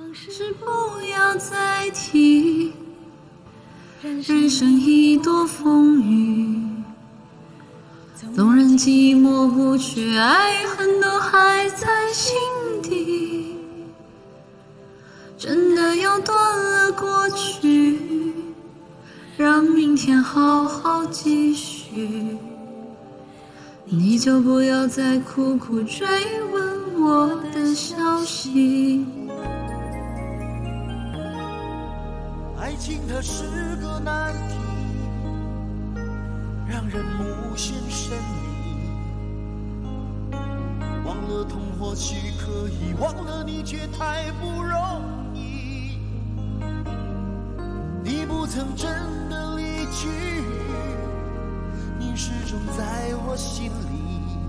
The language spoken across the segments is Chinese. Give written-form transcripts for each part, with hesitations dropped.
是不要再提，人生已多风雨，纵然寂寞不去，爱恨都还在心底。真的要断了过去，让明天好好继续。你就不要再苦苦追问我的消息。 爱情它是个难题，让人无限神秘。忘了痛或许可以，忘了你却太不容易。你不曾真的离去，你始终在我心里。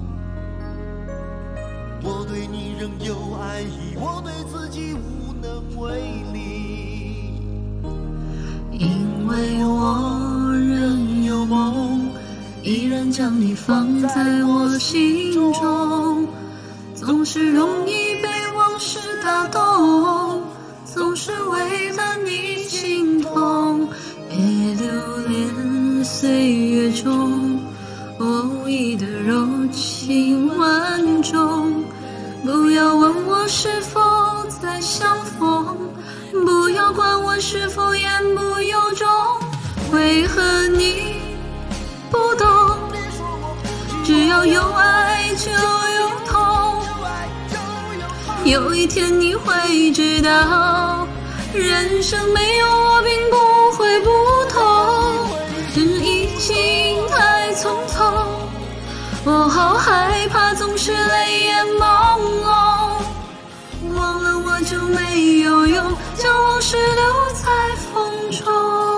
我对你仍有爱意，我对自己无能为力。 因为我仍有梦，依然将你放在我心中，总是容易被往事打动，总是为了你心痛，也留恋岁月中无意的柔情万种。不要问我是否再相逢，不要管我是否言不由衷，为何你不懂？只要有爱就有痛，有一天你会知道，人生没有我并不会不同，只是已经太匆匆，我好害怕总是泪眼朦胧，忘了我就没有用，将往事留在风中。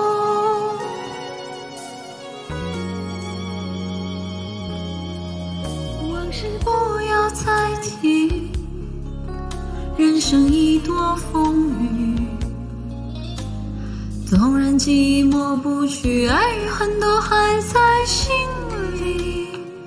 往事不要再提，人生已多风雨，纵然寂寞不去，爱与恨都还在心里。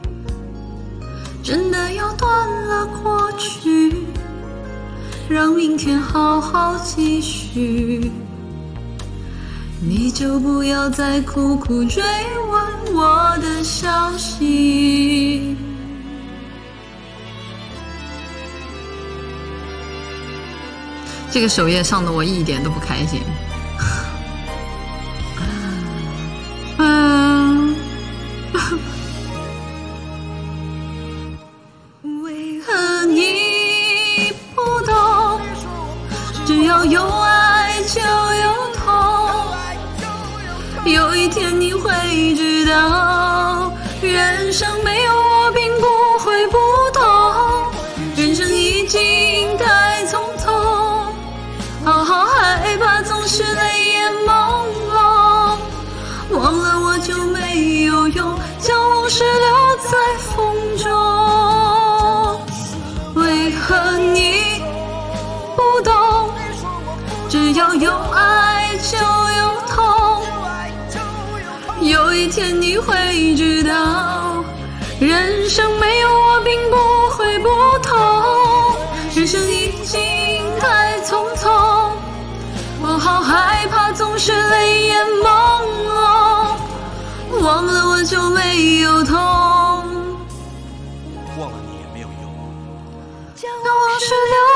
真的要断了过去，让明天好好继续。你就不要再苦苦追问我的消息。这个首页上的我一点都不开心。为何你不懂？只要有爱就有痛，有一天你会知道，人生没有我并不会不同，人生已经太匆匆，好好害怕总是泪眼朦胧，忘了我就没有用，将往事留在风中。为何你不懂？只要有爱就有痛，有一天你会知道，人生没有我并不会不同，人生已经太匆匆，我好害怕总是泪眼朦胧，忘了我就没有痛， 忘了你也没有用。 将往事留